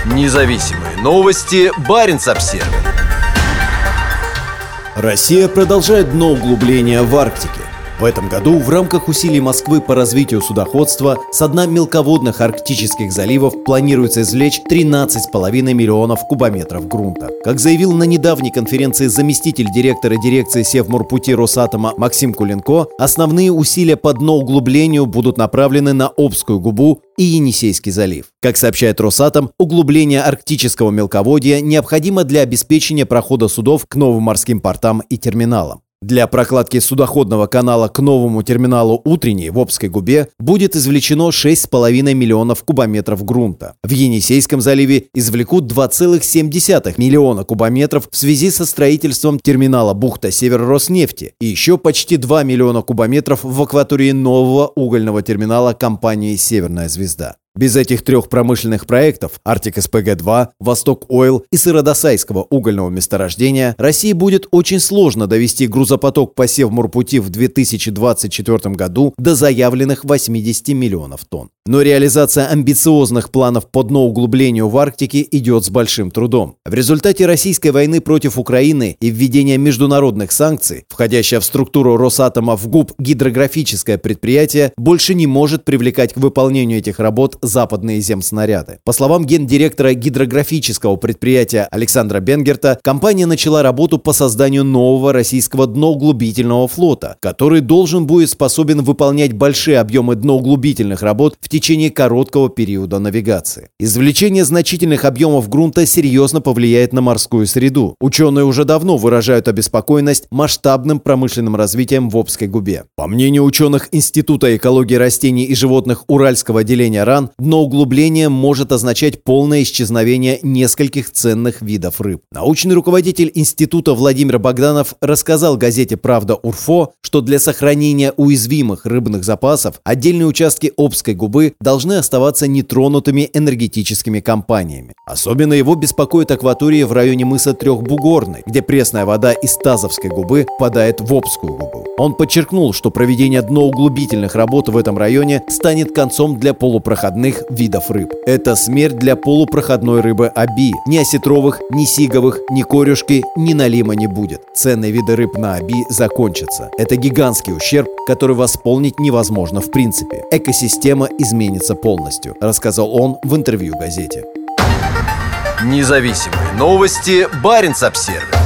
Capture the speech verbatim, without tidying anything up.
Независимые новости. Баренц-Обсервис. Россия продолжает дно углубления в Арктике. В этом году в рамках усилий Москвы по развитию судоходства со дна мелководных арктических заливов планируется извлечь тринадцать с половиной миллионов кубометров грунта. Как заявил на недавней конференции заместитель директора дирекции Севморпути Росатома Максим Куленко, основные усилия по дноуглублению будут направлены на Обскую губу и Енисейский залив. Как сообщает Росатом, углубление арктического мелководья необходимо для обеспечения прохода судов к новым морским портам и терминалам. Для прокладки судоходного канала к новому терминалу «Утренний» в Обской губе будет извлечено шесть с половиной миллионов кубометров грунта. В Енисейском заливе извлекут два целых семь десятых миллиона кубометров в связи со строительством терминала бухта Северороснефти и еще почти два миллиона кубометров в акватории нового угольного терминала компании «Северная звезда». Без этих трех промышленных проектов – Арктик-СПГ-два, Восток-Ойл и Сыродосайского угольного месторождения – России будет очень сложно довести грузопоток по Севморпути в две тысячи двадцать четвёртом году до заявленных восьмидесяти миллионов тонн. Но реализация амбициозных планов по дноуглублению в Арктике идет с большим трудом. В результате российской войны против Украины и введения международных санкций, входящее в структуру Росатома в ГУП гидрографическое предприятие больше не может привлекать к выполнению этих работ западные земснаряды. По словам гендиректора гидрографического предприятия Александра Бенгерта, компания начала работу по созданию нового российского дноуглубительного флота, который должен будет способен выполнять большие объемы дноуглубительных работ в течение короткого периода навигации. Извлечение значительных объемов грунта серьезно повлияет на морскую среду. Ученые уже давно выражают обеспокоенность масштабным промышленным развитием в Обской губе. По мнению ученых Института экологии растений и животных Уральского отделения РАН, дноуглубление может означать полное исчезновение нескольких ценных видов рыб. Научный руководитель института Владимир Богданов рассказал газете «Правда.Урфо», что для сохранения уязвимых рыбных запасов отдельные участки Обской губы должны оставаться нетронутыми энергетическими компаниями. Особенно его беспокоит акватория в районе мыса Трехбугорный, где пресная вода из Тазовской губы впадает в Обскую губу. Он подчеркнул, что проведение дноуглубительных работ в этом районе станет концом для полупроходных видов рыб. Это смерть для полупроходной рыбы Оби. Ни осетровых, ни сиговых, ни корюшки, ни налима не будет. Ценные виды рыб на Оби закончатся. Это гигантский ущерб, который восполнить невозможно в принципе. Экосистема изменится полностью, рассказал он в интервью газете. Независимые новости. Баренц-Обсервис.